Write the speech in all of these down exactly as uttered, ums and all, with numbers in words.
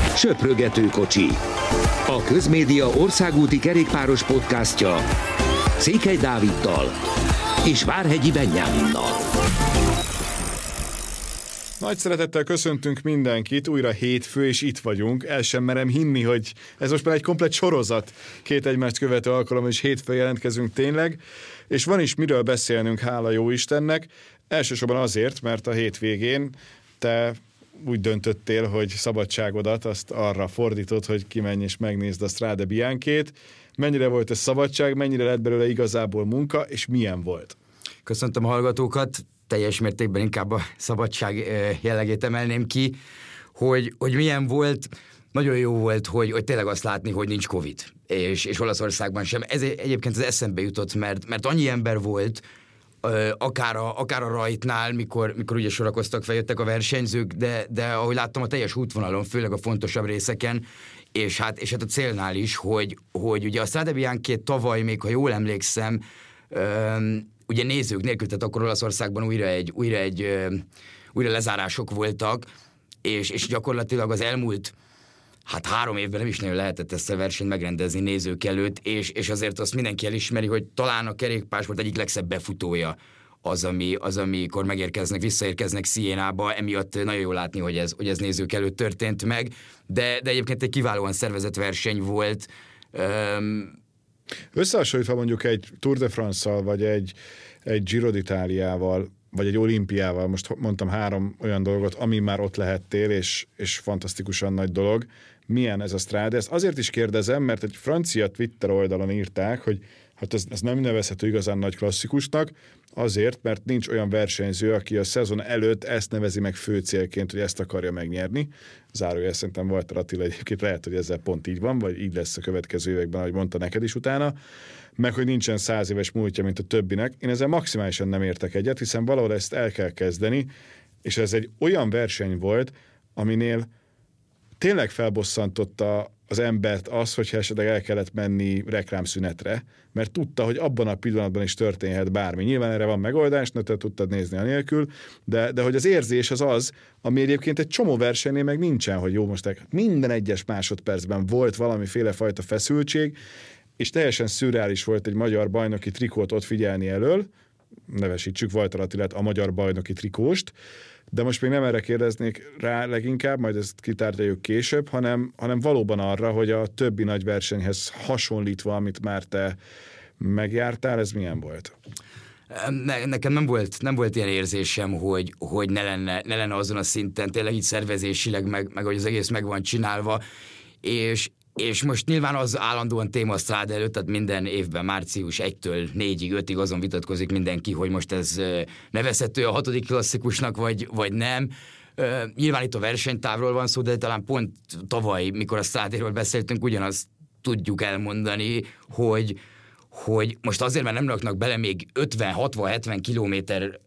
Söprögető kocsi. A Közmédia országúti kerékpáros podcastja Székely Dáviddal és Várhegyi Benyáminnal. Nagy szeretettel köszöntünk mindenkit, újra hétfő, és itt vagyunk. El sem merem hinni, hogy ez most már egy komplett sorozat. Két egymást követő alkalom, és hétfő jelentkezünk tényleg. És van is miről beszélnünk, hála jó Istennek. Elsősorban azért, mert a hétvégén te úgy döntöttél, hogy szabadságodat azt arra fordítod, hogy kimenj és megnézd a Strade Bianchét. Mennyire volt ez szabadság, mennyire lett belőle igazából munka, és milyen volt? Köszöntöm a hallgatókat, teljes mértékben inkább a szabadság jellegét emelném ki, hogy, hogy milyen volt. Nagyon jó volt, hogy, hogy tényleg azt látni, hogy nincs Covid, és, és Olaszországban sem. Ez egyébként az eszembe jutott, mert, mert annyi ember volt, akár a, akár a rajtnál, mikor, mikor ugye sorakoztak fel, jöttek a versenyzők, de, de ahogy láttam a teljes útvonalon, főleg a fontosabb részeken, és hát, és hát a célnál is, hogy, hogy ugye a Strade Bianchét tavaly, még ha jól emlékszem, öm, ugye nézők nélkül, tehát akkor Olaszországban újra egy, újra egy öm, újra lezárások voltak, és, és gyakorlatilag az elmúlt hát három évben nem is nagyon lehetett ezt a versenyt megrendezni nézők előtt, és, és azért azt mindenki elismeri, hogy talán a kerékpársport egyik legszebb befutója az, ami, az, amikor megérkeznek, visszaérkeznek Siennába, emiatt nagyon jól látni, hogy ez, hogy ez nézők előtt történt meg, de, de egyébként egy kiválóan szervezett verseny volt. Um, Összehasonlítva mondjuk egy Tour de France-szal, vagy egy, egy Giro d'Italiával, vagy egy olimpiával, most mondtam három olyan dolgot, ami már ott lehettél, és, és fantasztikusan nagy dolog. Milyen ez a Strade? Ezt azért is kérdezem, mert egy francia Twitter oldalon írták, hogy hát ez, ez nem nevezhető igazán nagy klasszikusnak, azért, mert nincs olyan versenyző, aki a szezon előtt ezt nevezi meg fő célként, hogy ezt akarja megnyerni. Zárójel szerintem Walter Attila egyébként lehet, hogy ezzel pont így van, vagy így lesz a következő években, ahogy mondta neked is utána, meg hogy nincsen száz éves múltja, mint a többinek. Én ezzel maximálisan nem értek egyet, hiszen valahol ezt el kell kezdeni, és ez egy olyan verseny volt, aminél tényleg felbosszantotta az embert az, hogyha esetleg el kellett menni reklámszünetre, mert tudta, hogy abban a pillanatban is történhet bármi. Nyilván erre van megoldás, ne te tudtad nézni anélkül, de, de hogy az érzés az az, ami egyébként egy csomó versenynél meg nincsen, hogy jó, most minden egyes másodpercben volt valamiféle fajta feszültség, és teljesen szürreális volt egy magyar bajnoki trikót ott figyelni elől, nevesítsük Walter Attilát a magyar bajnoki trikóst, de most még nem erre kérdeznék rá leginkább, majd ezt kitárgyaljuk később, hanem, hanem valóban arra, hogy a többi nagy versenyhez hasonlítva, amit már te megjártál, ez milyen volt? Ne, nekem nem volt, nem volt ilyen érzésem, hogy, hogy ne, lenne, ne lenne azon a szinten, tényleg így szervezésileg, meg, meg hogy az egész meg van csinálva, és És most nyilván az állandóan téma a Strade előtt, tehát minden évben március elsejétől négyig, ötig azon vitatkozik mindenki, hogy most ez nevezhető a hatodik klasszikusnak, vagy, vagy nem. Nyilván itt a versenytávról van szó, de talán pont tavaly, mikor a Strade-ről beszéltünk, ugyanazt tudjuk elmondani, hogy, hogy most azért, mert nem raknak bele még ötven, hatvan, hetven kilométer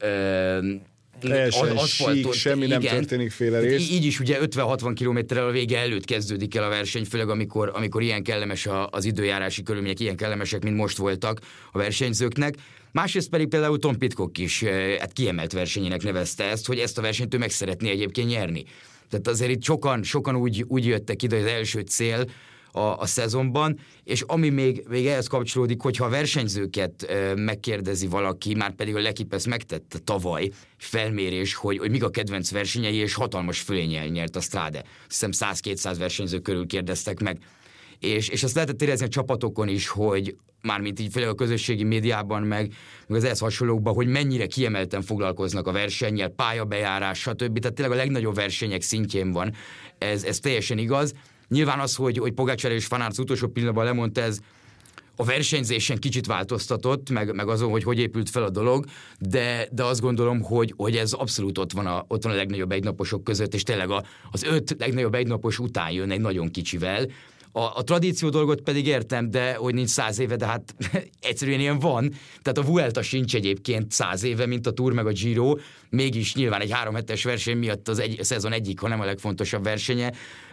teljesen sík, semmi igen, nem történik félrerész. Így is ugye ötven-hatvan kilométerrel a vége előtt kezdődik el a verseny, főleg amikor, amikor ilyen kellemes az időjárási körülmények, ilyen kellemesek, mint most voltak a versenyzőknek. Másrészt pedig például Tom Pidcock is hát kiemelt versenyének nevezte ezt, hogy ezt a versenyt ő meg szeretné egyébként nyerni. Tehát azért itt sokan, sokan úgy, úgy jöttek ide, hogy az első cél A, a szezonban, és ami még, még ehhez kapcsolódik, hogyha a versenyzőket e, megkérdezi valaki, már pedig a L'Equipe ezt megtette tavaly, felmérés, hogy, hogy mik a kedvenc versenyei, és hatalmas fölénnyel nyert a Strade. Azt hiszem száz-kétszáz versenyző körül kérdeztek meg. És, és azt lehetett érezni a csapatokon is, hogy mármint így főleg a közösségi médiában, meg, meg az ehhez hasonlókban, hogy mennyire kiemelten foglalkoznak a versennyel, pályabejárás, stb. Tehát tényleg a legnagyobb versenyek szintjén van. Ez, ez teljesen igaz. Nyilván az, hogy, hogy Pogačar és Van Aert utolsó pillanatban lemondta, ez a versenyzésen kicsit változtatott, meg, meg azon, hogy hogy épült fel a dolog, de, de azt gondolom, hogy, hogy ez abszolút ott van, a, ott van a legnagyobb egynaposok között, és tényleg a, az öt legnagyobb egynapos után jön egy nagyon kicsivel. A, a tradíció dolgot pedig értem, de hogy nincs száz éve, de hát egyszerűen ilyen van. Tehát a Vuelta sincs egyébként száz éve, mint a Tour meg a Giro, mégis nyilván egy három hetes verseny miatt az egy, a szezon egyik, ha nem a legfontosabb versenye.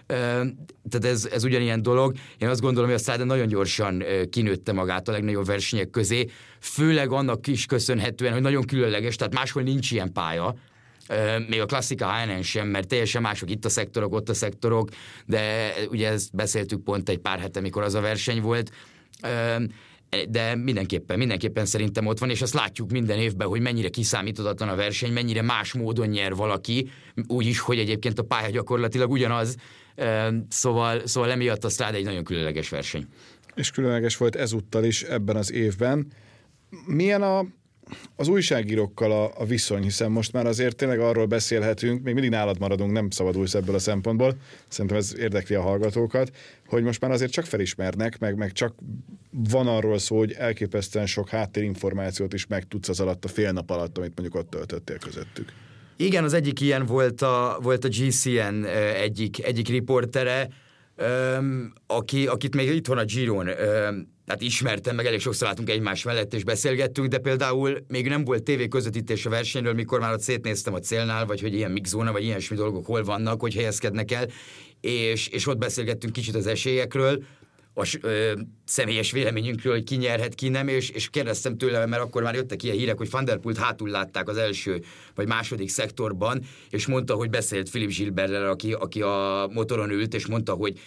Tehát ez, ez ugyanilyen dolog. Én azt gondolom, hogy a Strade nagyon gyorsan kinőtte magát a legnagyobb versenyek közé, főleg annak is köszönhetően, hogy nagyon különleges, tehát máshol nincs ilyen pálya. még a klasszika há en en sem, mert teljesen mások itt a szektorok, ott a szektorok, de ugye ezt beszéltük pont egy pár hete, mikor az a verseny volt, de mindenképpen, mindenképpen szerintem ott van, és azt látjuk minden évben, hogy mennyire kiszámíthatatlan a verseny, mennyire más módon nyer valaki, úgyis, hogy egyébként a pálya gyakorlatilag ugyanaz, szóval, szóval emiatt a Strade egy nagyon különleges verseny. És különleges volt ezúttal is ebben az évben. Milyen a, az újságírókkal a, a viszony, hiszen most már azért tényleg arról beszélhetünk, még mindig nálad maradunk, nem szabadulsz ebből a szempontból, szerintem ez érdekli a hallgatókat, hogy most már azért csak felismernek, meg, meg csak van arról szó, hogy elképesztően sok háttérinformációt is megtudsz az alatt, a fél nap alatt, amit mondjuk ott töltöttél közöttük. Igen, az egyik ilyen volt a, volt a gé cé en egyik, egyik riportere, aki, akit még itthon a Giron, tehát ismertem, meg elég sokszor látunk egymás mellett és beszélgettünk, de például még nem volt tévé közvetítés a versenyről, mikor már ott szétnéztem a célnál, vagy hogy ilyen mixzóna, vagy ilyesmi dolgok hol vannak, hogy helyezkednek el, és, és ott beszélgettünk kicsit az esélyekről, a ö, személyes véleményünkről, hogy ki nyerhet, ki nem, és, és kérdeztem tőle, mert akkor már jöttek ilyen hírek, hogy Van der Poelt hátul látták az első vagy második szektorban, és mondta, hogy beszélt Philippe Gilberttel, aki, aki a motoron ült, és mondta, hogy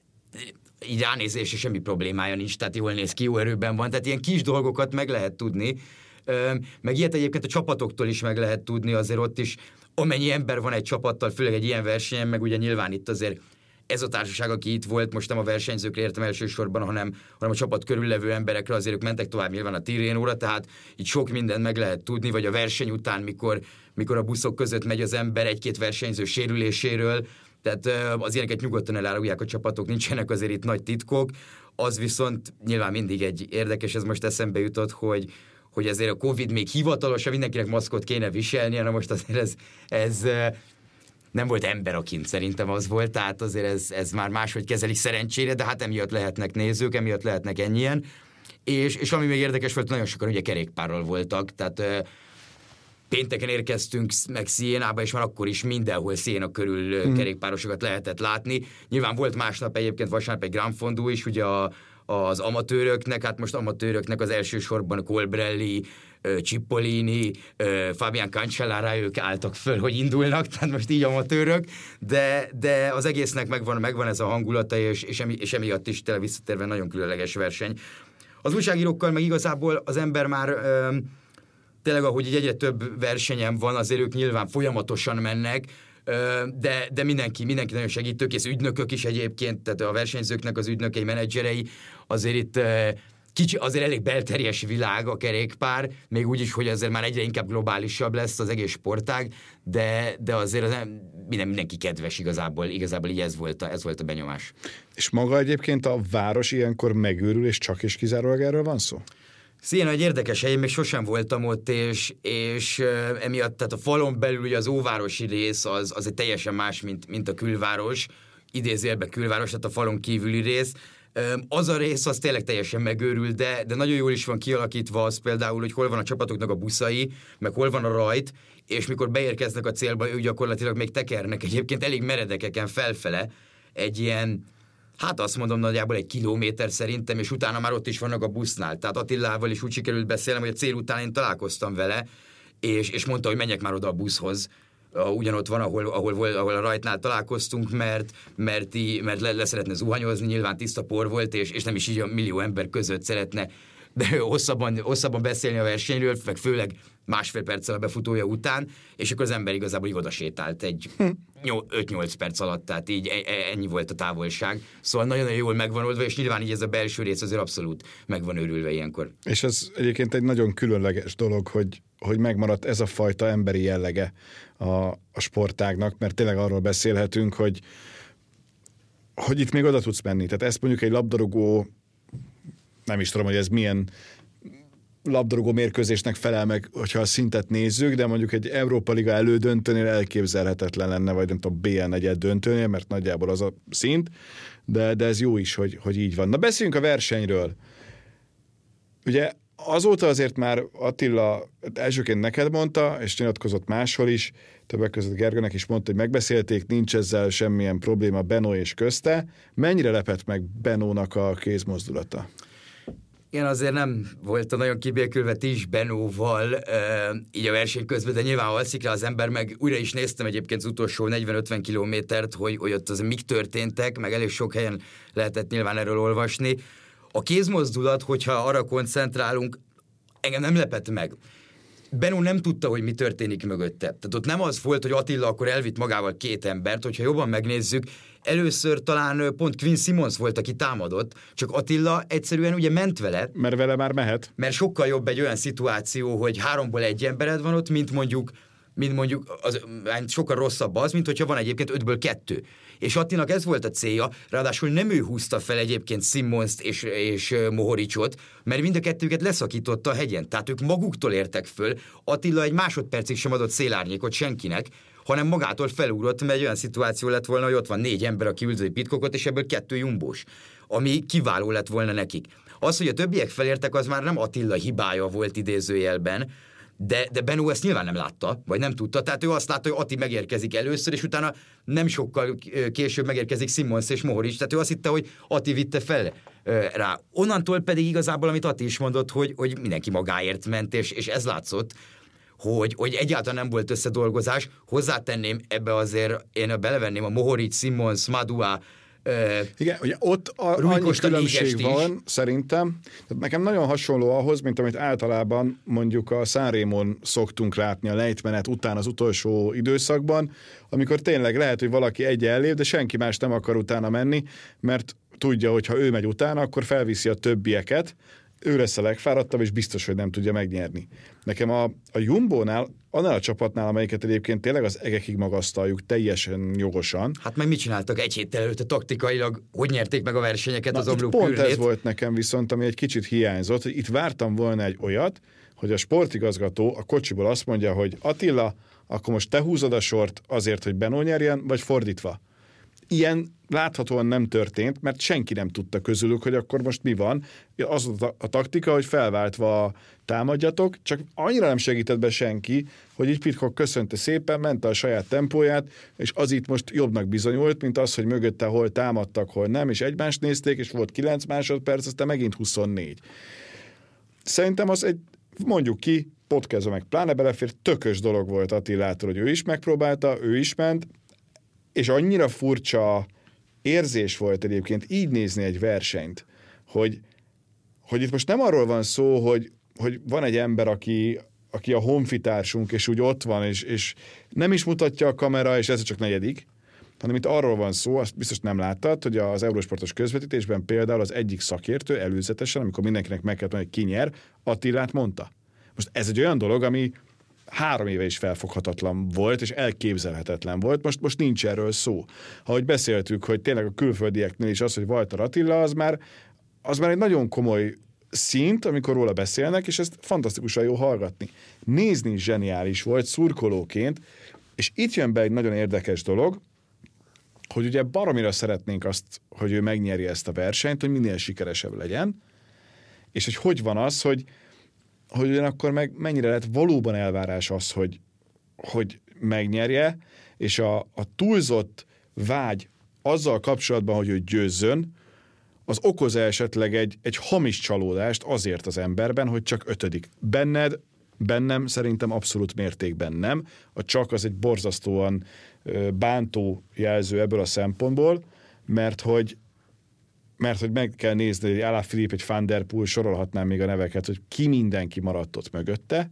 így ránézésre semmi problémája nincs, tehát jól néz ki, jó erőben van, tehát ilyen kis dolgokat meg lehet tudni, ö, meg ilyet egyébként a csapatoktól is meg lehet tudni, azért ott is amennyi ember van egy csapattal, főleg egy ilyen versenyen, meg ugye nyilván itt azért ez a társaság, aki itt volt, most nem a versenyzőkre értem elsősorban, hanem, hanem a csapat körüllevő emberekre, azért ők mentek tovább nyilván a Tirrenóra, tehát így sok mindent meg lehet tudni, vagy a verseny után, mikor, mikor a buszok között megy az ember egy-két versenyző sérüléséről, tehát az ilyeneket nyugodtan elárulják a csapatok, nincsenek azért itt nagy titkok, az viszont nyilván mindig egy érdekes, ez most eszembe jutott, hogy, hogy ezért a Covid még hivatalosan mindenkinek maszkot kéne viselnie, na most azért ez, ez nem volt ember a kint, szerintem az volt, tehát azért ez, ez már máshogy kezelik szerencsére, de hát emiatt lehetnek nézők, emiatt lehetnek ennyien, és, és ami még érdekes volt, nagyon sokan ugye kerékpárral voltak, tehát ö, pénteken érkeztünk meg Sienába, és már akkor is mindenhol Siena körül hmm. kerékpárosokat lehetett látni. Nyilván volt másnap egyébként vasárnap egy Gran Fondo is, ugye a, az amatőröknek, hát most amatőröknek az elsősorban Colbrelli, Cipollini, Fabian Cancellara, ők álltak föl, hogy indulnak, tehát most így amatőrök, de, de az egésznek megvan, megvan ez a hangulata, és, és, emi, és emiatt is tényleg visszatérve nagyon különleges verseny. Az újságírókkal meg igazából az ember már ö, tényleg, ahogy így egyre több versenyen van, azért ők nyilván folyamatosan mennek, ö, de, de mindenki, mindenki nagyon segítőkész, ügynökök is egyébként, tehát a versenyzőknek az ügynökei, menedzserei, azért itt ö, kicsi, azért elég belterjes világ a kerékpár, még úgy is, hogy azért már egyre inkább globálisabb lesz az egész sportág, de, de azért az minden, mindenki kedves igazából, igazából így ez volt, a, ez volt a benyomás. És maga egyébként a város ilyenkor megőrül, és csak és kizárólag erről van szó? Siena egy érdekes hely, még sosem voltam ott, és, és uh, emiatt tehát a falon belül ugye az óvárosi rész az, az egy teljesen más, mint, mint a külváros, idézőjelben külváros, tehát a falon kívüli rész. Az a rész, az tényleg teljesen megőrül, de, de nagyon jól is van kialakítva az például, hogy hol van a csapatoknak a buszai, meg hol van a rajt, és mikor beérkeznek a célba, ők gyakorlatilag még tekernek egyébként elég meredekeken felfele egy ilyen, hát azt mondom nagyjából egy kilométer szerintem, és utána már ott is vannak a busznál. Tehát Attilával is úgy sikerült beszélnem, hogy a cél után én találkoztam vele, és, és mondta, hogy menjek már oda a buszhoz. Ugyanott van, ahol, ahol, ahol a rajtnál találkoztunk, mert, mert, í, mert le, le szeretne zuhanyozni, nyilván tiszta por volt, és, és nem is így a millió ember között szeretne de hosszabban, hosszabban beszélni a versenyről, meg főleg másfél perccel a befutója után, és akkor az ember igazából így oda sétált egy öt-nyolc perc alatt, tehát így ennyi volt a távolság. Szóval nagyon-nagyon jól megvan oldva, és nyilván így ez a belső rész azért abszolút megvan őrülve ilyenkor. És ez egyébként egy nagyon különleges dolog, hogy, hogy megmaradt ez a fajta emberi jellege a, a sportágnak, mert tényleg arról beszélhetünk, hogy, hogy itt még oda tudsz menni. Tehát ezt mondjuk egy labdarúgó, nem is tudom, hogy ez milyen labdarúgó mérkőzésnek felel meg, hogyha a szintet nézzük, de mondjuk egy Európa Liga elődöntőnél elképzelhetetlen lenne, vagy nem tudom, bé el negyed döntőnél, mert nagyjából az a szint, de, de ez jó is, hogy, hogy így van. Na beszéljünk a versenyről. Ugye azóta azért már Attila elsőként neked mondta, és nyilatkozott máshol is, többek között Gergőnek is mondta, hogy megbeszélték, nincs ezzel semmilyen probléma Benó és közte. Mennyire lepett meg Benónak a kézmozdulata? Igen, azért nem volt nagyon kibékülve Tish Benóval e, így a verseny közben, de nyilván alszik rá az ember, meg újra is néztem egyébként az utolsó negyven-ötven kilométert, hogy, hogy ott az mik történtek, meg elég sok helyen lehetett nyilván erről olvasni. A kézmozdulat, hogyha arra koncentrálunk, engem nem lepett meg. Benó nem tudta, hogy mi történik mögötte. Tehát ott nem az volt, hogy Attila akkor elvitt magával két embert, hogyha jobban megnézzük, először talán pont Quinn Simmons volt, aki támadott, csak Attila egyszerűen ugye ment vele. Mert vele már mehet. Mert sokkal jobb egy olyan szituáció, hogy háromból egy embered van ott, mint mondjuk, mint mondjuk az, sokkal rosszabb az, mint hogyha van egyébként ötből kettő. És Attinak ez volt a célja, ráadásul nem ő húzta fel egyébként Simmonst és, és Mohoricsot, mert mind a kettőket leszakította a hegyen. Tehát ők maguktól értek föl. Attila egy másodpercig sem adott szélárnyékot senkinek, hanem magától felugrott, mert egy olyan szituáció lett volna, hogy ott van négy ember, aki üldözi Pidcockot, és ebből kettő jumbós, ami kiváló lett volna nekik. Az, hogy a többiek felértek, az már nem Attila hibája volt idézőjelben, De, de Benó ezt nyilván nem látta, vagy nem tudta, tehát ő azt látta, hogy Atti megérkezik először, és utána nem sokkal később megérkezik Simmons és Mohorics, tehát ő azt hitte, hogy Atti vitte fel rá. Onnantól pedig igazából, amit Atti is mondott, hogy, hogy mindenki magáért ment, és, és ez látszott, hogy, hogy egyáltalán nem volt összedolgozás. Hozzátenném ebbe azért, én belevenném a Mohorics, Simmons, Madua, igen, ugye ott a, annyi különbség van, szerintem. Tehát nekem nagyon hasonló ahhoz, mint amit általában mondjuk a Sanremón szoktunk látni a lejtmenet után az utolsó időszakban, amikor tényleg lehet, hogy valaki egy ellép, de senki más nem akar utána menni, mert tudja, hogy ha ő megy utána, akkor felviszi a többieket, ő lesz a legfáradtabb, és biztos, hogy nem tudja megnyerni. Nekem a, a Jumbónál, annál a csapatnál, amelyiket egyébként tényleg az egekig magasztaljuk teljesen jogosan. Hát meg mit csináltak egy héttel előtte taktikailag? Hogy nyerték meg a versenyeket? Na, az Omloop pont Pürnét? Ez volt nekem viszont, ami egy kicsit hiányzott, hogy itt vártam volna egy olyat, hogy a sportigazgató a kocsiból azt mondja, hogy Attila, akkor most te húzod a sort azért, hogy Benó nyerjen, vagy fordítva. Ilyen láthatóan nem történt, mert senki nem tudta közülük, hogy akkor most mi van. Az a, a taktika, hogy felváltva támadjatok, csak annyira nem segített be senki, hogy így Pidcock köszönte szépen, ment a saját tempóját, és az itt most jobbnak bizonyult, mint az, hogy mögötte hol támadtak, hol nem, és egymást nézték, és volt kilenc másodperc, aztán megint huszonnégy. Szerintem az egy, mondjuk ki, podcastba meg pláne belefér, tökös dolog volt Attilától, hogy ő is megpróbálta, ő is ment, és annyira furcsa érzés volt egyébként így nézni egy versenyt, hogy, hogy itt most nem arról van szó, hogy, hogy van egy ember, aki, aki a honfitársunk, és úgy ott van, és, és nem is mutatja a kamera, és ez csak negyedik, hanem itt arról van szó, azt biztos nem láttad, hogy az Eurosportos közvetítésben például az egyik szakértő előzetesen, amikor mindenkinek meg kellett mondani, hogy ki nyer, Attilát mondta. Most ez egy olyan dolog, ami három éve is felfoghatatlan volt, és elképzelhetetlen volt. Most, most nincs erről szó. Ahogy beszéltük, hogy tényleg a külföldieknél is az, hogy Walter Attila, az már, az már egy nagyon komoly szint, amikor róla beszélnek, és ezt fantasztikusan jó hallgatni. Nézni is zseniális volt, szurkolóként, és itt jön be egy nagyon érdekes dolog, hogy ugye baromira szeretnénk azt, hogy ő megnyeri ezt a versenyt, hogy minél sikeresebb legyen, és hogy hogy van az, hogy hogy ugyanakkor meg mennyire lett valóban elvárás az, hogy, hogy megnyerje, és a, a túlzott vágy azzal kapcsolatban, hogy ő győzzön, az okoz esetleg egy, egy hamis csalódást azért az emberben, hogy csak ötödik. Benned, bennem szerintem abszolút mértékben nem. A csak az egy borzasztóan bántó jelző ebből a szempontból, mert hogy mert hogy meg kell nézni, hogy Alaphilippe, egy Van der Poel, sorolhatnám még a neveket, hogy ki mindenki maradt ott mögötte,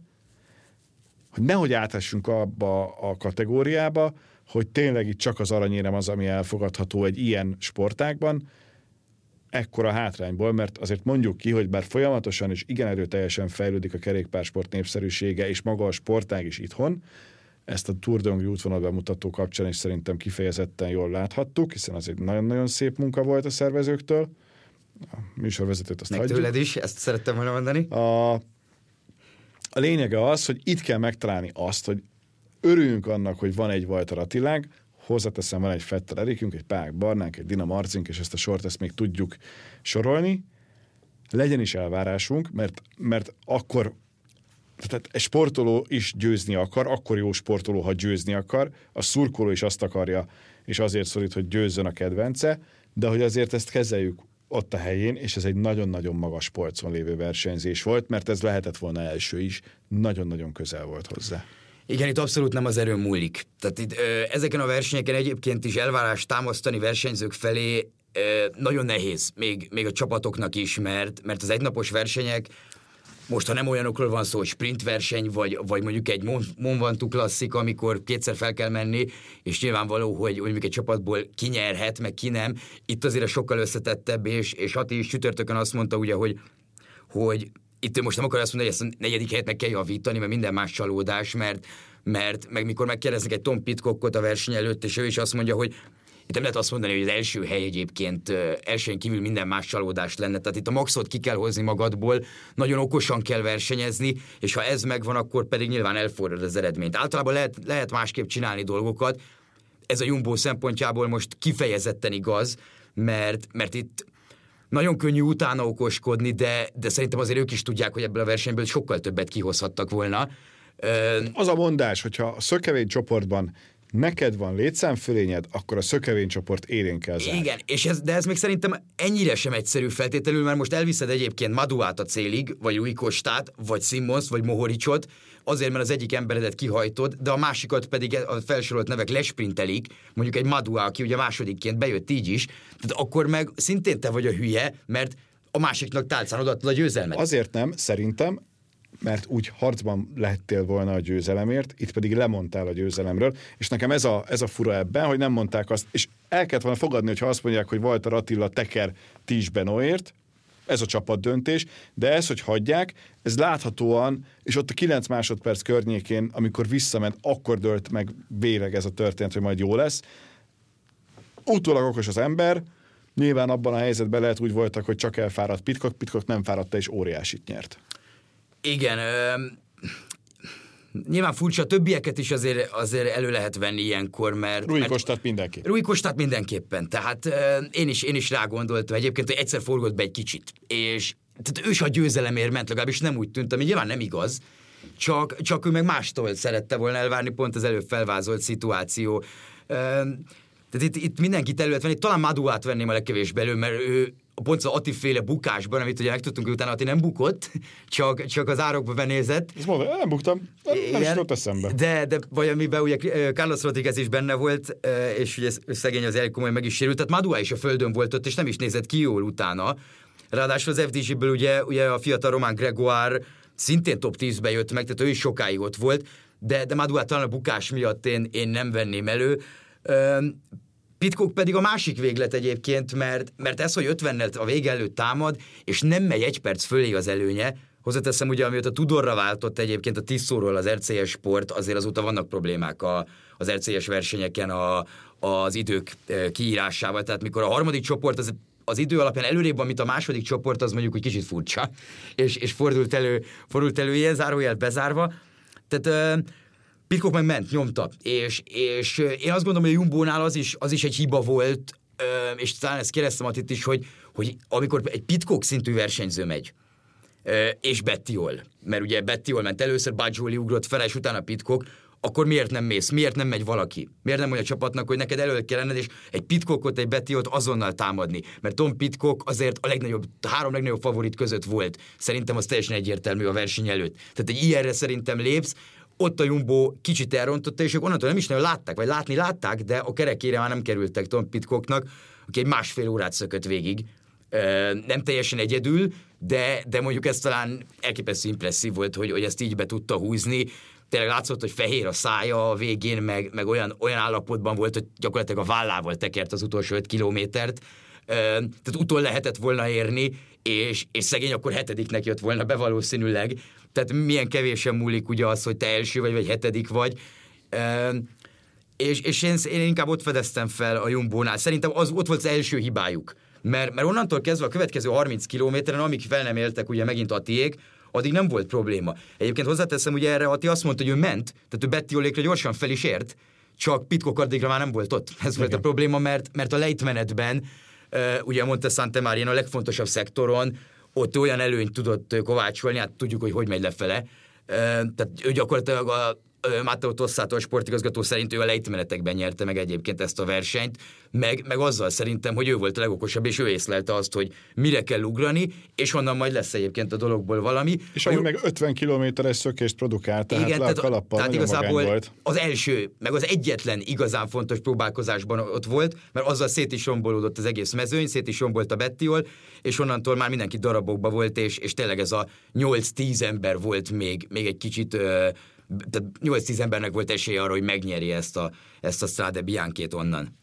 hogy nehogy áthessünk abba a kategóriába, hogy tényleg itt csak az aranyérem az, ami elfogadható egy ilyen sportágban, ekkora hátrányból, mert azért mondjuk ki, hogy bár folyamatosan és igen erőteljesen fejlődik a kerékpársport népszerűsége, és maga a sportág is itthon, ezt a Tour de Hongrie útvonal bemutató kapcsán is szerintem kifejezetten jól láthattuk, hiszen az egy nagyon-nagyon szép munka volt a szervezőktől. A műsorvezetőt azt meg hagyjuk. Tőled is, ezt szerettem volna mondani. A, a lényege az, hogy itt kell megtalálni azt, hogy örüljünk annak, hogy van egy Walter Attilánk, hozzáteszem, van egy Vettel Erikünk, egy Pák Barnánk, egy Dina Marcink, és ezt a sort ezt még tudjuk sorolni. Legyen is elvárásunk, mert, mert akkor tehát egy sportoló is győzni akar, akkor jó sportoló, ha győzni akar, a szurkoló is azt akarja, és azért szorít, hogy győzzön a kedvence, de hogy azért ezt kezeljük ott a helyén, és ez egy nagyon-nagyon magas polcon lévő versenyzés volt, mert ez lehetett volna első is, nagyon-nagyon közel volt hozzá. Igen, itt abszolút nem az erőn múlik. Tehát itt, ö, ezeken a versenyeken egyébként is elvárást támasztani versenyzők felé ö, nagyon nehéz, még, még a csapatoknak is, mert, mert az egynapos versenyek, most ha nem olyanokról van szó, hogy sprintverseny, vagy, vagy mondjuk egy Mont Ventoux klasszik, amikor kétszer fel kell menni, és nyilvánvaló, hogy, hogy mondjuk egy csapatból ki nyerhet, meg ki nem. Itt azért sokkal összetettebb, és, és Ati is csütörtökön azt mondta, ugye, hogy, hogy itt most nem akar azt mondani, hogy ezt a negyedik helyet meg kell javítani, mert minden más csalódás, mert, mert meg mikor megkérdeznek egy Tom Pidcockot a verseny előtt, és ő is azt mondja, hogy itt nem lehet azt mondani, hogy az első hely egyébként elsőn kívül minden más csalódás lenne. Tehát itt a maxot ki kell hozni magadból, nagyon okosan kell versenyezni, és ha ez megvan, akkor pedig nyilván elfordul az eredményt. Általában lehet, lehet másképp csinálni dolgokat. Ez a Jumbo szempontjából most kifejezetten igaz, mert, mert itt nagyon könnyű utána okoskodni, de, de szerintem azért ők is tudják, hogy ebből a versenyből sokkal többet kihozhattak volna. Az a mondás, hogyha a szökevény csoportban neked van létszámfölényed, akkor a szökevény csoport élén kell zárni. Igen, és ez, de ez még szerintem ennyire sem egyszerű feltételül, mert most elviszed egyébként Maduát a célig, vagy Rui Costát, vagy Simmons, vagy Mohoricsot, azért, mert az egyik emberedet kihajtod, de a másikat pedig a felsorolt nevek lesprintelik, mondjuk egy Madua, aki ugye másodikként bejött így is, tehát akkor meg szintén te vagy a hülye, mert a másiknak tálcán odaadtad a győzelmet. Azért nem, szerintem, mert úgy harcban lehettél volna a győzelemért, itt pedig lemondtál a győzelemről, és nekem ez a, ez a fura ebben, hogy nem mondták azt, és el kellett volna fogadni, hogyha azt mondják, hogy Walter Attila teker Tish Benoért, ez a csapat döntés, de ez, hogy hagyják, ez láthatóan, és ott a kilenc másodperc környékén, amikor visszament, akkor dőlt meg végleg ez a történet, hogy majd jó lesz. Utólag okos az ember, nyilván abban a helyzetben lehet úgy voltak, hogy csak elfáradt Pidcock, Pidcock nem fáradta, és óriásit nyert. Igen, ö, nyilván furcsa, többieket is azért, azért elő lehet venni ilyenkor, mert... Rui Costát mindenképpen. Rui Costát mindenképpen, tehát ö, én is, én is rágondoltam egyébként, hogy egyszer forgott be egy kicsit, és tehát ő is a győzelemért ment, legalábbis nem úgy tűnt, ami nyilván nem igaz, csak, csak ő meg mástól szerette volna elvárni, pont az előbb felvázolt szituáció. Ö, tehát itt, itt mindenkit elő lehet venni, talán Maduát venném a legkevésbé elő, mert ő pont az Ati-féle bukásban, amit ugye megtudtunk, hogy utána Ati nem bukott, csak, csak az árokba benézett. Ezt mondom, nem buktam, nem, nem is jutott eszembe. De, de vagy amiben ugye Carlos Rodriguez is benne volt, és ugye szegény az elkomoly meg is sérült, tehát Madua is a földön volt ott, és nem is nézett ki jól utána. Ráadásul az ef dé gé-ből ugye, ugye a fiatal Román Gregoire szintén top tízbe jött meg, tehát ő is sokáig ott volt, de, de Madua talán a bukás miatt én, én nem venném elő. Pidcock pedig a másik véglet egyébként, mert, mert ez, hogy ötvennel a vége előtt támad, és nem megy egy perc fölé az előnye, hozzáteszem ugye, amióta Tudorra váltott egyébként a Tisszóról az er cé es Sport, azért azóta vannak problémák a, az er cé es versenyeken a, az idők kiírásával, tehát mikor a harmadik csoport az, az idő alapján előrébb van, mint a második csoport, az mondjuk úgy kicsit furcsa, és, és fordult elő, fordult elő ilyen zárójel bezárva, tehát Pidcock meg ment, nyomta, és, és én azt gondolom, hogy a Jumbónál az is, az is egy hiba volt, és talán ezt kérdeztem Attit is, hogy, hogy amikor egy Pidcock szintű versenyző megy, és Bettiol, mert ugye Bettiol ment először, Bajoli ugrott fel, és utána Pidcock, akkor miért nem mész? Miért nem megy valaki? Miért nem mondja a csapatnak, hogy neked elő kell lenned, és egy Pidcockot, egy Bettiolt azonnal támadni? Mert Tom Pidcock azért a legnagyobb, a három legnagyobb favorit között volt. Szerintem az teljesen egyértelmű a verseny előtt. Tehát egy ilyenre szerintem lépsz, ott a Jumbo kicsit elrontotta, és ők onnantól nem is nagyon látták, vagy látni látták, de a kerekére már nem kerültek Tom Pidcocknak, aki egy másfél órát szökött végig. Nem teljesen egyedül, de, de mondjuk ez talán elképesztő impresszív volt, hogy, hogy ezt így be tudta húzni. Tényleg látszott, hogy fehér a szája a végén, meg, meg olyan, olyan állapotban volt, hogy gyakorlatilag a vállával tekert az utolsó öt kilométert. Tehát utol lehetett volna érni, és, és szegény akkor hetediknek jött volna be valószínűleg. Tehát milyen kevésen múlik ugye az, hogy te első vagy, vagy hetedik vagy. És, és én, én inkább ott fedeztem fel a Jumbónál. Szerintem az ott volt az első hibájuk. Mert, mert onnantól kezdve a következő harminc kilométeren, amíg fel nem éltek ugye megint Attiék, addig nem volt probléma. Egyébként hozzáteszem, ugye erre Atti azt mondta, hogy ő ment, tehát ő Bettiolékra gyorsan fel is ért, csak Pidcock addigra már nem volt ott. Ez okay. volt a probléma, mert, mert a lejtmenetben, uh, ugye a Monte Santa Maria a legfontosabb szektoron, ott olyan előnyt tudott kovácsolni, hát tudjuk, hogy hogy megy lefele. Uh, tehát ő gyakorlatilag a, Matteo Tossato, a sportigazgató szerint ő a lejtmenetekben nyerte meg egyébként ezt a versenyt, meg, meg azzal szerintem, hogy ő volt a legokosabb, és ő észlelte azt, hogy mire kell ugrani, és honnan majd lesz egyébként a dologból valami. És ahogy meg ötven kilométeres szökést produkált, tehát igen, le a kalappal, tehát nagyon igazából volt. Az első, meg az egyetlen igazán fontos próbálkozásban ott volt, mert azzal szét is rombolódott az egész mezőny, szét is rombolt a Bettiol, és onnantól már mindenki darabokba volt, és, és tényleg ez a nyolc-tíz ember volt még, még egy kicsit... Ö, tehát nyolc-tíz embernek volt esélye arra, hogy megnyeri ezt a, ezt a Strade Bianchét onnan.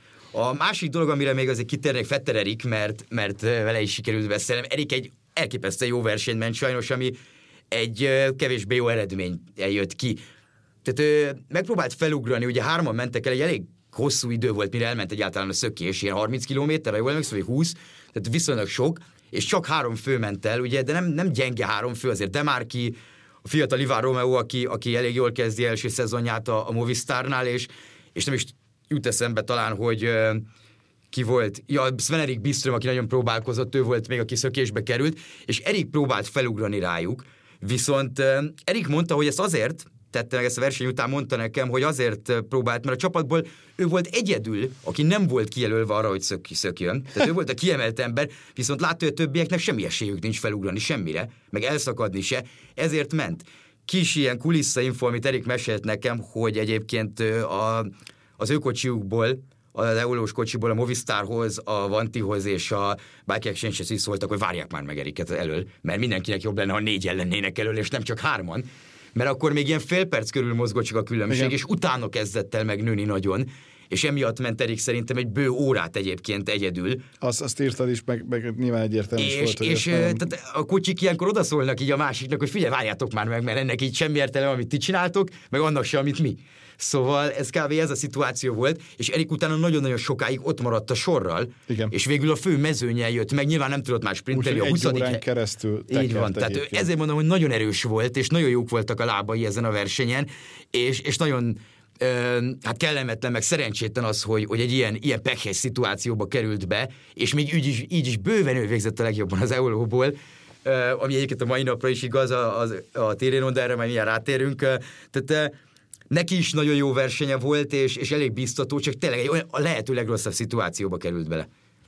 A másik dolog, amire még azért kitérnek, Vetter Erik, mert, mert vele is sikerült beszélnem. Erik egy elképesztően jó versenyt ment sajnos, ami egy kevésbé jó eredmény eljött ki. Tehát ő megpróbált felugrani, ugye hárman mentek el, egy elég hosszú idő volt, mire elment egyáltalán a szökés, ilyen harminc kilométerre, jól emlékszem, vagy húsz, tehát viszonylag sok, és csak három fő ment el, ugye, de nem, nem gyenge három fő, azért Demarchi, a fiatal Iván Romeo, aki, aki elég jól kezdi első szezonját a, a Movistarnál, és, és nem is jut eszembe talán, hogy uh, ki volt. Ja, Sven-Erik Byström, aki nagyon próbálkozott, ő volt még, aki szökésbe került, és Erik próbált felugrani rájuk, viszont uh, Erik mondta, hogy ezt azért tette meg, ezt a verseny után mondta nekem, hogy azért próbált, mert a csapatból ő volt egyedül, aki nem volt kijelölve arra, hogy szök, szökjön. Tehát ő volt a kiemelt ember, viszont látta, hogy a többieknek semmi esélyük nincs felugrani semmire, meg elszakadni se, ezért ment. Kis ilyen kulisszainfo, amit Erik mesélt nekem, hogy egyébként a, az ő kocsiukból, az eulós kocsiból a Movistarhoz, a Vantihoz és a Bike Exchange-hez is szóltak, hogy várják már meg Eriket elől, mert mindenkinek jobb lenne, ha négyen lennének elől, és nem csak hárman. Mert akkor még ilyen fél perc körül mozgott csak a különbség, igen. És utána kezdett el megnőni nagyon, és emiatt ment Erik szerintem egy bő órát egyébként egyedül. Azt, azt írtad is, meg, meg nyilván egyértelmű és, volt. Hogy és nem... tehát a kocsik ilyenkor odaszólnak így a másiknak, hogy figyelj, várjátok már meg, mert ennek így semmi értelme, amit ti csináltok, meg annak se, amit mi. Szóval ez kb. Ez a szituáció volt, és Erik utána nagyon-nagyon sokáig ott maradt a sorral, igen. És végül a fő mezőnyen jött meg, nyilván nem tudott már sprintelni a huszadik órán keresztül így van, tehát egyébként. Ezért mondom, hogy nagyon erős volt, és nagyon jók voltak a lábai ezen a versenyen, és, és nagyon ö, hát kellemetlen, meg szerencsétlen az, hogy, hogy egy ilyen, ilyen pekhes szituációba került be, és még így is, így is bőven ő végzett a legjobban az Euróból, Uh, ami egyébként a mai napra is igaz a, a, a Tirénon, de erre majd milyen rátérünk. Uh, tehát uh, neki is nagyon jó versenye volt, és, és elég biztató, csak tényleg egy olyan, a lehető legrosszabb szituációba került bele.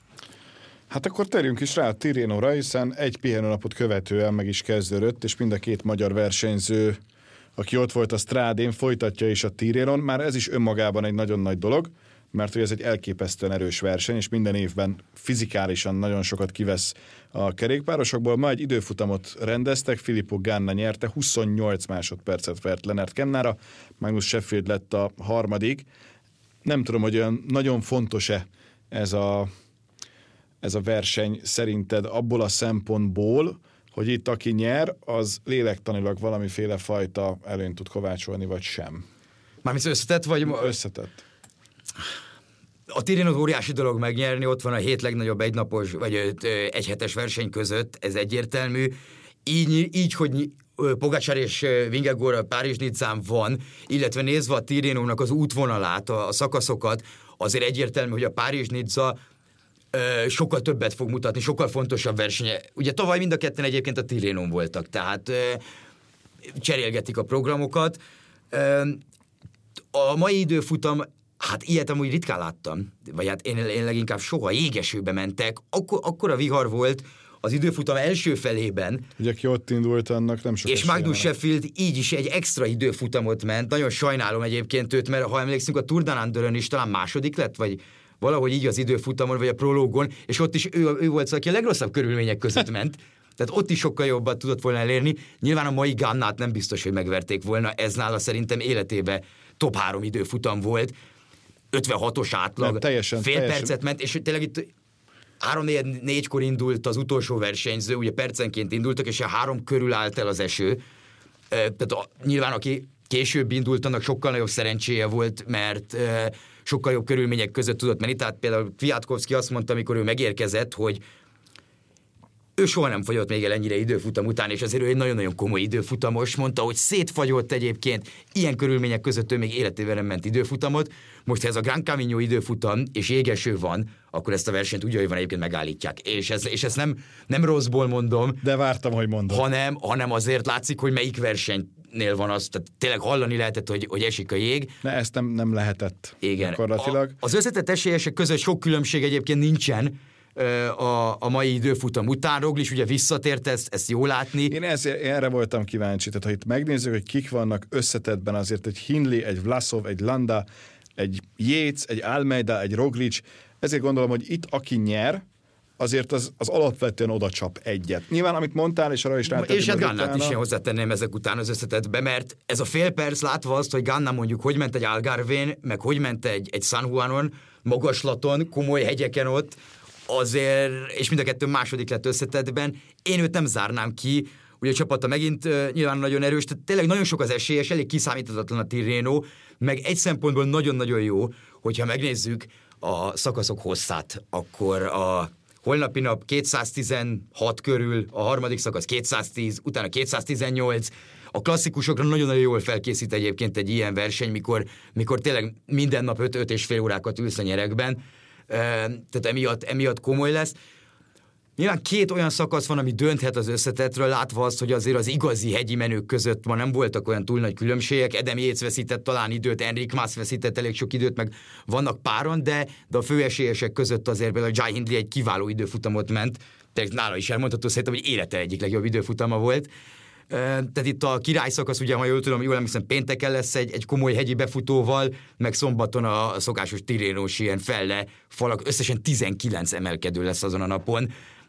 Hát akkor térjünk is rá a Tirénóra, hiszen egy pihenőnapot követően meg is kezdődött, és mind a két magyar versenyző, aki ott volt a Strádén, folytatja is a Tirénon. Már ez is önmagában egy nagyon nagy dolog, mert hogy ez egy elképesztően erős verseny, és minden évben fizikálisan nagyon sokat kivesz a kerékpárosokból. Ma egy időfutamot rendeztek, Filippo Ganna nyerte, huszonnyolc másodpercet vert Lennart Kemnára, Magnus Sheffield lett a harmadik. Nem tudom, hogy olyan nagyon fontos-e ez a, ez a verseny szerinted abból a szempontból, hogy itt aki nyer, az lélektanilag valamiféle fajta előnyt tud kovácsolni, vagy sem. Mármint összetett, vagy... Összetett. A Tirénot óriási dolog megnyerni, ott van a hét legnagyobb egynapos, vagy egyhetes verseny között, ez egyértelmű. Így, így hogy Pogačar és Vingegaard a Párizs-Nizzán van, illetve nézve a Tirénónak az útvonalát, a, a szakaszokat, azért egyértelmű, hogy a Párizs-Nizza sokkal többet fog mutatni, sokkal fontosabb versenye. Ugye tavaly mind a ketten egyébként a Tirénón voltak, tehát cserélgetik a programokat. A mai időfutam, hát ilyet amúgy ritkán láttam, vagy hát én, én leginkább soha jégesőbe mentek, akkor, akkor a vihar volt az időfutam első felében. Ugye aki ott indult, annak nem sok. És Magnus Sheffield így is egy extra időfutamot ment, nagyon sajnálom egyébként őt, mert ha emlékszünk, a Tour Down Under-ön is talán második lett, vagy valahogy így az időfutamon, vagy a prológon, és ott is ő, ő volt, aki a legrosszabb körülmények között ment. Tehát ott is sokkal jobban tudott volna elérni. Nyilván a mai Gannát nem biztos, hogy megverték volna, ez nála szerintem életében top három időfutam volt. ötvenhatos átlag, nem, teljesen, fél teljesen. percet ment, és tényleg itt három-négykor indult az utolsó versenyző, ugye percenként indultak, és a három körül állt el az eső. Tehát a, nyilván aki később indult, annak sokkal nagyobb szerencséje volt, mert e, sokkal jobb körülmények között tudott menni. Tehát például Kwiatkowski azt mondta, amikor ő megérkezett, hogy ő soha nem fagyott még el ennyire időfutam után, és azért ő egy nagyon-nagyon komoly időfutamos. Mondta, hogy szétfagyott egyébként, ilyen körülmények között ő még életében nem ment időfutamot. Most, ha ez a Gran Camino időfutam, és jégeső van, akkor ezt a versenyt úgy, hogy van, egyébként megállítják. És, ez, és ezt nem, nem rosszból mondom. De vártam, hogy mondom. Hanem, hanem azért látszik, hogy melyik verseny nél van az, tehát tényleg hallani lehetett, hogy, hogy esik a jég. Ne, ezt nem, nem lehetett. Igen. Gyakorlatilag. A, az összetett esélyesek között sok különbség egyébként nincsen a, a mai időfutam után. Roglic ugye visszatért, ezt, ezt jól látni. Én ezért, erre voltam kíváncsi. Tehát ha itt megnézzük, hogy kik vannak összetettben, azért egy Hindley, egy Vlasov, egy Landa, egy Yates, egy Almeida, egy Roglic, ezért gondolom, hogy itt aki nyer, azért az, az alapvetően oda csap egyet. Nyilván, amit mondtál, és arra is rátettem. És hát Gannát is én hozzátenném ezek után az összetettbe, mert ez a fél perc látva azt, hogy Ganna mondjuk hogy ment egy Algarvén, meg hogy ment egy, egy San Juanon, magaslaton, komoly hegyeken ott, azért, és mind a kettő második lett összetettben, én őt nem zárnám ki, ugye a csapata megint uh, nyilván nagyon erős, tehát tényleg nagyon sok az esélyes, elég kiszámíthatatlan a Tirreno, meg egy szempontból nagyon-nagyon jó, hogyha megnézzük a szakaszok hosszát, akkor a holnapi nap kétszáztizenhat körül, a harmadik szakasz kétszáztíz, utána kétszáztizennyolc, a klasszikusokra nagyon-nagyon jól felkészít egyébként egy ilyen verseny, mikor, mikor tényleg minden nap öt-öt és fél órákat ülsz a nyerekben, tehát emiatt, emiatt komoly lesz. Nyilván két olyan szakasz van, ami dönthet az összetettről, látva azt, hogy azért az igazi hegyi menők között ma nem voltak olyan túl nagy különbségek. Adam Yates veszített talán időt, Enric Mas veszített elég sok időt, meg vannak páron, de, de a főesélyesek között azért például Jai Hindley egy kiváló időfutamot ment, tehát nála is elmondható szerintem, hogy élete egyik legjobb időfutama volt. Tehát itt a király szakasz, ugye, ha jól tudom, jól emlékszem, pénteken lesz egy, egy komoly hegyi befutóval, meg szombaton a, a szokásos Tirrenós ilyen felle falak, összesen tizenkilenc emelkedő lesz azon a napon.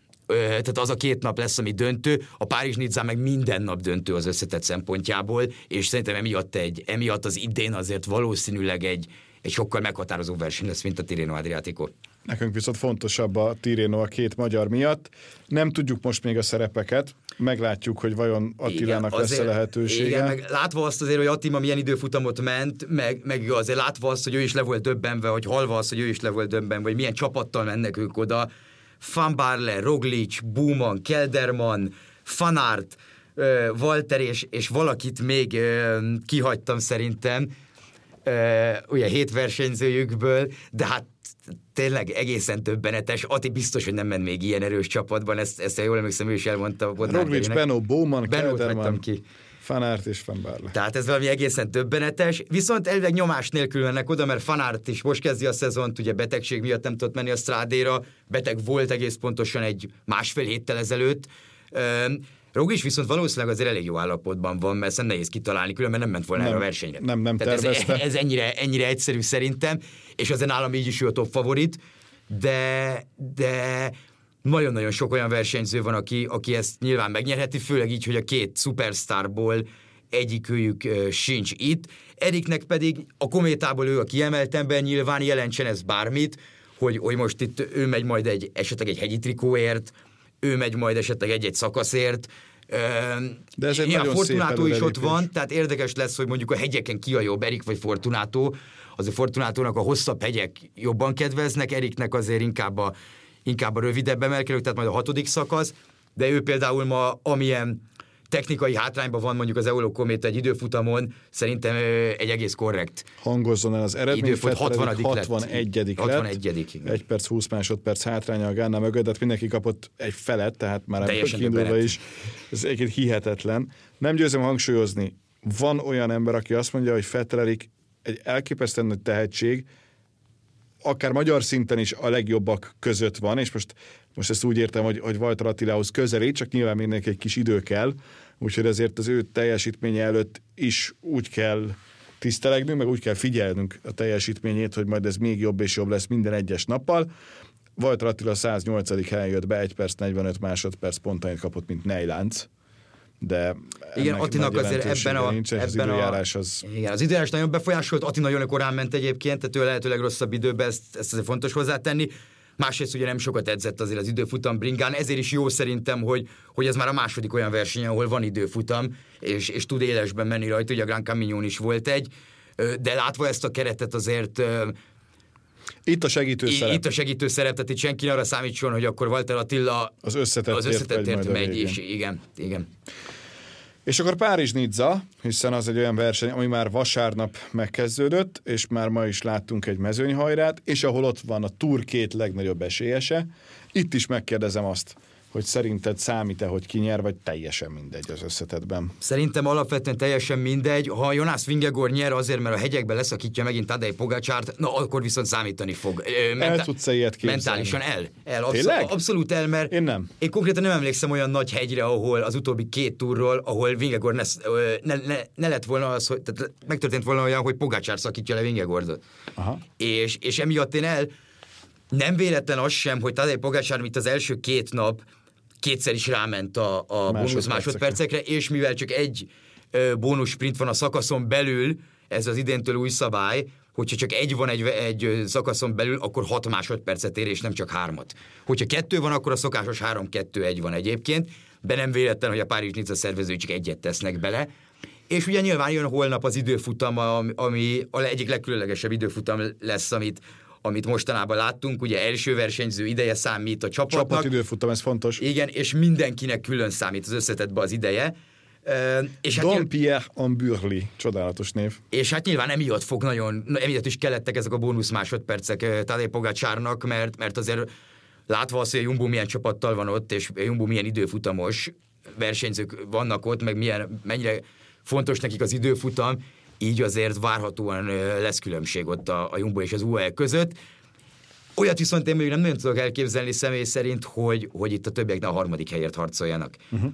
Tehát az a két nap lesz, ami döntő, a Párizs-Nizzán meg minden nap döntő az összetett szempontjából, és szerintem emiatt, egy, emiatt az idén azért valószínűleg egy, egy sokkal meghatározó verseny lesz, mint a Tirreno Adriatico. Nekünk viszont fontosabb a Tirreno a két magyar miatt. Nem tudjuk most még a szerepeket, meglátjuk, hogy vajon Attilának igen, lesz-e lehetősége. Igen, meg látva azt azért, hogy Attila milyen időfutamot ment, meg, meg azért látva azt, hogy ő is le volt döbbenve, hogy halva azt, hogy ő is le volt döbbenve, hogy milyen csapattal mennek ők oda. Van Baarle, Roglic, Bouman, Kelderman, Van Aert, Walter és, és valakit még kihagytam szerintem, ugye hét versenyzőjükből, de hát tényleg egészen döbbenetes. Ati biztos, hogy nem ment még ilyen erős csapatban, ezt, ezt jól emlékszem, ő is elmondta. Roglic, Beno, Bouman, Kelderman, ki. Van Aert és Van Baarle. Tehát ez valami egészen döbbenetes, viszont elvileg nyomás nélkül mennek oda, mert Van Aert is most kezdi a szezont, ugye betegség miatt nem tudott menni a Strádéra, beteg volt egész pontosan egy másfél héttel ezelőtt. Roglic viszont valószínűleg azért elég jó állapotban van, mert ezt nehéz kitalálni, különben nem ment volna nem, erre a versenyre. Nem, nem tervezte. Ez, ez ennyire, ennyire egyszerű szerintem, és azért nálam így is ő a top favorit, de, de nagyon-nagyon sok olyan versenyző van, aki, aki ezt nyilván megnyerheti, főleg így, hogy a két szupersztárból egyikőjük uh, sincs itt. Eriknek pedig a Kométából ő a kiemelt ember, nyilván jelentsen ez bármit, hogy, hogy most itt ő megy majd egy, esetleg egy hegyi trikóért, ő megy majd esetleg egy-egy szakaszért. De ez egy nagyon Fortunato szép is ott előrelépés. van, tehát érdekes lesz, hogy mondjuk a hegyeken ki a jobb, Erik vagy Fortunato. Azért Fortunatónak a hosszabb hegyek jobban kedveznek, Eriknek azért inkább a, inkább a rövidebb emelkedők, tehát majd a hatodik szakasz, de ő például ma amilyen technikai hátrányban van mondjuk az Eurokométa egy időfutamon, szerintem egy egész korrekt. Hangozzon el az eredmény, Időfut hatvanadik hatvanegyedik lett. hatvanegyedik igen. egy perc, húsz másodperc hátránya a Ganna mögött, de mindenki kapott egy felet, tehát már ebből kiindulva is. Ez egyébként hihetetlen. Nem győzöm hangsúlyozni, van olyan ember, aki azt mondja, hogy Fettererik egy elképesztően nagy tehetség, akár magyar szinten is a legjobbak között van, és most, most ezt úgy értem, hogy, hogy Walter Attilához közelít, csak nyilván mindenki egy kis idő kell, úgyhogy ezért az ő teljesítménye előtt is úgy kell tisztelegnünk, meg úgy kell figyelnünk a teljesítményét, hogy majd ez még jobb és jobb lesz minden egyes nappal. Walter Attila száznyolcadik helyen jött be, egy perc, negyvenöt másodperc pontaint kapott, mint Nejlánc. De igen, Attinak azért ebben a, nincs, ebben az időjárás az... Igen, az időjárás nagyon befolyásolt, Atti nagyon korán ment egyébként, tehát ő lehetőleg rosszabb időben, ezt, ezt azért fontos hozzátenni. Másrészt ugye nem sokat edzett azért az időfutam bringán, ezért is jó szerintem, hogy, hogy ez már a második olyan verseny, ahol van időfutam, és, és tud élesben menni rajta, ugye a Gran Caminion is volt egy, de látva ezt a keretet azért... Itt a segítő szerep. Itt a segítő szerep, tehát itt senki arra számítson, hogy akkor Walter Attila az összetettért, az összetettért megy, megy, és igen, igen. És akkor Párizs-Nizza, hiszen az egy olyan verseny, ami már vasárnap megkezdődött, és már ma is láttunk egy mezőnyhajrát, és ahol ott van a Tour két legnagyobb esélyese. Itt is megkérdezem azt, hogy szerinted számít-e, hogy ki nyer, vagy teljesen mindegy az összetettben? Szerintem alapvetően teljesen mindegy. Ha Jonas Vingegaard nyer azért, mert a hegyekben leszakítja megint Tadej Pogačart, na akkor viszont számítani fog. Mentá- el tudsz ilyet képzelni? Mentálisan el. el abszol- Tényleg? Abszolút el, mert én nem. Én konkrétan nem emlékszem olyan nagy hegyre, ahol az utóbbi két túrról, ahol Vingegaard ne, ne, ne, ne lett volna az, hogy tehát megtörtént volna olyan, hogy Pogačar szakítja le Vingegaardot. Aha. És, és emiatt én el nem véletlen az sem, hogy Tadej Pogačar, mint az első két nap kétszer is ráment a, a bónusz másodpercekre, és mivel csak egy ö, bónusz sprint van a szakaszon belül, ez az idéntől új szabály, hogyha csak egy van egy, egy szakaszon belül, akkor hat másodpercet ér, és nem csak hármat. Hogyha kettő van, akkor a szokásos három-kettő-egy van egyébként, de nem véletlen, hogy a Párizs-Niza szervezői csak egyet tesznek bele. És ugye nyilván jön holnap az időfutam, ami a egyik legkülönlegesebb időfutam lesz, amit amit mostanában láttunk, ugye első versenyző ideje számít a csapatnak. Csapatidőfutam, ez fontos. Igen, és mindenkinek külön számít az összetettbe az ideje. Uh, és Don hát, Pierre Amburli, csodálatos név. És hát nyilván emiatt fog nagyon, emiatt is kellettek ezek a bónusz másodpercek uh, Tadej Pogačarnak, mert, mert azért látva azt, hogy a Jumbo milyen csapattal van ott, és a Jumbo milyen időfutamos versenyzők vannak ott, meg milyen, mennyire fontos nekik az időfutam, így azért várhatóan lesz különbség ott a, a Jumbo és az u á e között. Olyat viszont én még nem nagyon tudok elképzelni személy szerint, hogy, hogy itt a többieknek a harmadik helyért harcoljanak. Uh-huh.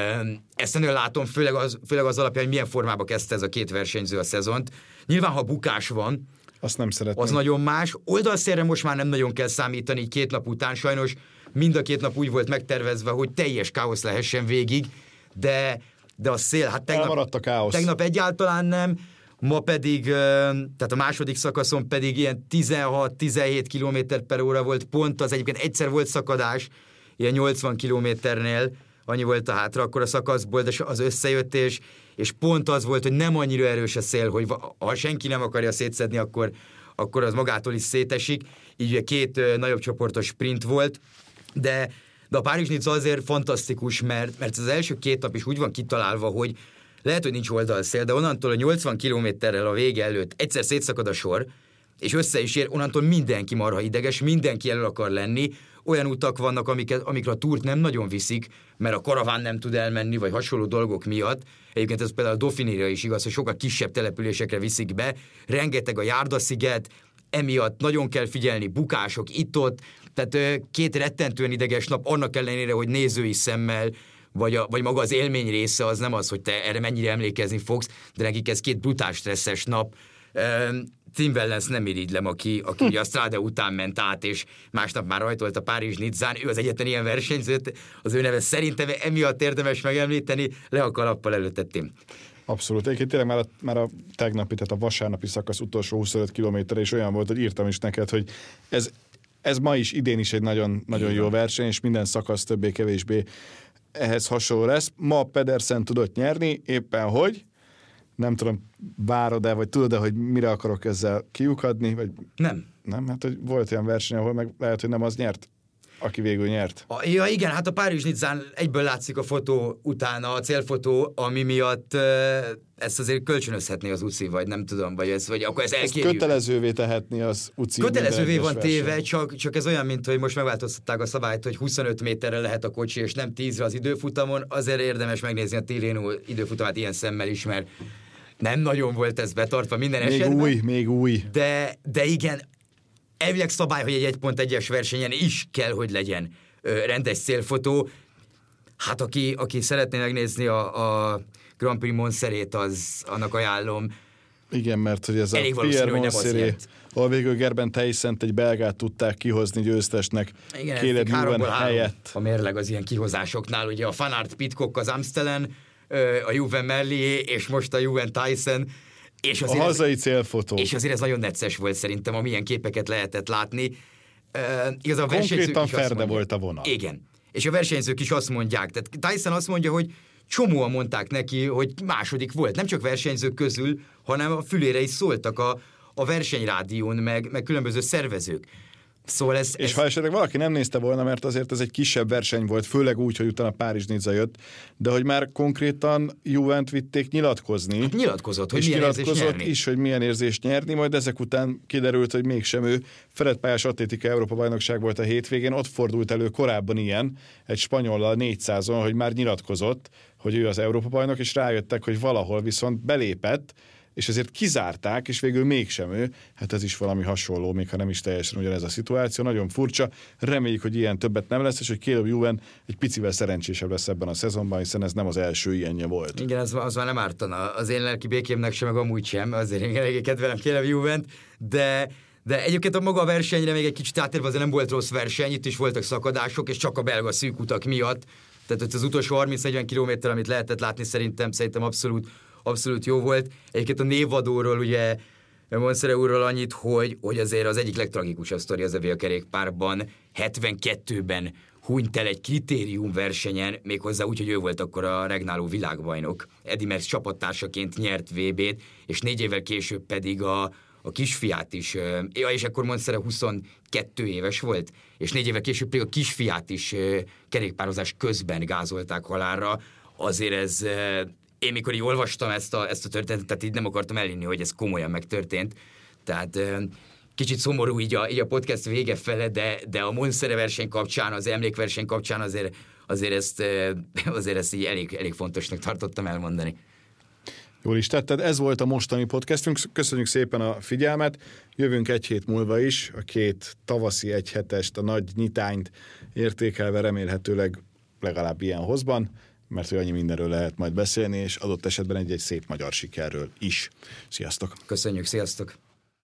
Ezt nagyon látom, főleg az, főleg az alapján, hogy milyen formában kezdte ez a két versenyző a szezont. Nyilván, ha bukás van, azt nem szeretném. Az nagyon más. Oldalszélre most már nem nagyon kell számítani, így két nap után sajnos mind a két nap úgy volt megtervezve, hogy teljes káosz lehessen végig, de, de a szél, hát tegnap, a káosz. tegnap egyáltalán nem, ma pedig, tehát a második szakaszon pedig ilyen tizenhat-tizenhét kilométer per óra volt pont, az egyébként egyszer volt szakadás, ilyen nyolcvan kilométernél, annyi volt a hátra akkor a szakaszból, de az összejött, és, és pont az volt, hogy nem annyira erős a szél, hogy ha senki nem akarja szétszedni, akkor, akkor az magától is szétesik. Így ugye két ö, nagyobb csoportos sprint volt, de, de a Párizs-Niza azért fantasztikus, mert, mert az első két nap is úgy van kitalálva, hogy lehet, hogy nincs oldalszél, de onnantól a nyolcvan kilométerrel a vége előtt egyszer szétszakad a sor, és össze is ér, onnantól mindenki marha ideges, mindenki elő akar lenni, olyan utak vannak, amiket, amikre a túrt nem nagyon viszik, mert a karaván nem tud elmenni, vagy hasonló dolgok miatt. Egyébként ez például a Dauphinére is igaz, hogy sokkal kisebb településekre viszik be, rengeteg a járdasziget, emiatt nagyon kell figyelni, bukások itt-ott, tehát két rettentően ideges nap, annak ellenére, hogy nézői szemmel, vagy, a, vagy maga az élmény része az nem az, hogy te erre mennyire emlékezni fogsz, de nekik ez két brutál stresszes nap. Tim Wellens nem irigylem, aki, aki ugye a Strade után ment át, és másnap már rajtolt a Párizs-Nizán, ő az egyetlen ilyen versenyzőt, az ő neve szerintem emiatt érdemes megemlíteni, le a kalappal előtte Tim. Abszolút. Egyébként tényleg már a, már a tegnapi, tehát a vasárnapi szakasz utolsó huszonöt kilométer, és olyan volt, hogy írtam is neked, hogy ez, ez ma is, idén is egy nagyon, nagyon jó verseny, és minden szakasz többé-kevésbé ehhez hasonló lesz. Ma Pedersen tudott nyerni, éppen hogy nem tudom, várod-e, vagy tudod-e, hogy mire akarok ezzel kiukadni? Vagy... Nem. Nem? Hát, hogy volt olyan verseny, ahol meg lehet, hogy nem az nyert, aki végül nyert. A, ja igen, hát a Párizs-Nizán egyből látszik a fotó utána, a célfotó, ami miatt e, ezt azért kölcsönözhetné az u cé, vagy nem tudom, vagy ez, vagy akkor ez elkérjük. Ezt kötelezővé tehetni az u cé. Kötelezővé van téve, csak, csak ez olyan, mint hogy most megváltoztatták a szabályt, hogy huszonöt méterre lehet a kocsi, és nem tízre az időfutamon, azért érdemes megnézni a Tirreno időfutamát ilyen szemmel is, mert nem nagyon volt ez betartva minden még esetben. Még új, még új. De, de igen, elvileg szabály, hogy egy egy pont egyes versenyen is kell, hogy legyen ö, rendes célfotó. Hát aki, aki szeretné megnézni a, a Grand Prix Montserrat, az annak ajánlom. Igen, mert hogy ez elég a Pierre Montserrat, ahol végül Gerben Thijsent egy belgát tudták kihozni győztesnek Caleb Ewan helyett. A mérleg az ilyen kihozásoknál, ugye a Van Aert Pidcock az Amstelen, a Juven Merlier, és most a Juven Thijssen. És a hazai ez, célfotó. És azért ez nagyon necces volt szerintem, amilyen képeket lehetett látni. Uh, igaz, a konkrétan ferde volt a vonal. Igen. És a versenyzők is azt mondják, tehát Thijssen azt mondja, hogy csomóan mondták neki, hogy második volt. Nem csak versenyzők közül, hanem a fülére is szóltak a, a versenyrádión, meg, meg különböző szervezők. Szóval ez, és ez... ha esetleg valaki nem nézte volna, mert azért ez egy kisebb verseny volt, főleg úgy, hogy utána Párizs-Niza jött, de hogy már konkrétan Juvent vitték nyilatkozni. Hát nyilatkozott, hogy és milyen nyilatkozott érzés nyerni. is, hogy milyen érzés nyerni, majd ezek után kiderült, hogy mégsem ő. Feredpályás atlétika Európa-bajnokság volt a hétvégén, ott fordult elő korábban ilyen, egy spanyollal négyszázon, hogy már nyilatkozott, hogy ő az Európa-bajnok, és rájöttek, hogy valahol viszont belépett, és ezért kizárták, és végül mégsem ő. Hát ez is valami hasonló, még ha nem is teljesen ugyanez a szituáció. Nagyon furcsa. Reméljük, hogy ilyen többet nem lesz, és hogy Caleb Ewan egy picivel szerencsésebb lesz ebben a szezonban, hiszen ez nem az első ilyenje volt. Igen, az, az már nem ártana. Az én lelki békémnek sem, meg amúgy sem. Azért én eléggé kedvelem Caleb Ewant, de De egyébként a maga a versenyre még egy kicsit átérve azért nem volt rossz verseny, itt is voltak szakadások, és csak a belga szűk utak miatt. Tehát az utolsó harminc-negyven kilométer, amit lehetett látni, szerintem, szerintem abszolút, abszolút jó volt. Egyébként a névadóról ugye Montserrat úrról annyit, hogy, hogy azért az egyik legtragikusabb sztori az a kerékpárban hetvenkettőben hunyt el egy kritérium versenyen, méghozzá úgy, hogy ő volt akkor a regnáló világbajnok. Eddie Merckx csapattársaként nyert vé bét, és négy évvel később pedig a, a kisfiát is, ja, és akkor Montserrat huszonkettő éves volt, és négy évvel később pedig a kisfiát is kerékpározás közben gázolták halálra. Azért ez, én mikor így olvastam ezt a, ezt a történetet, tehát így nem akartam elinni, hogy ez komolyan megtörtént. Tehát kicsit szomorú így a, így a podcast vége fele, de, de a Montserrat verseny kapcsán, az emlékverseny kapcsán azért, azért ezt, azért ezt így elég, elég fontosnak tartottam elmondani. Jól is tetted, ez volt a mostani podcastünk, köszönjük szépen a figyelmet, jövünk egy hét múlva is, a két tavaszi egyhetest, a nagy nyitányt értékelve remélhetőleg legalább ilyen hozban, mert hogy annyi mindenről lehet majd beszélni, és adott esetben egy-egy szép magyar sikerről is. Sziasztok! Köszönjük, sziasztok!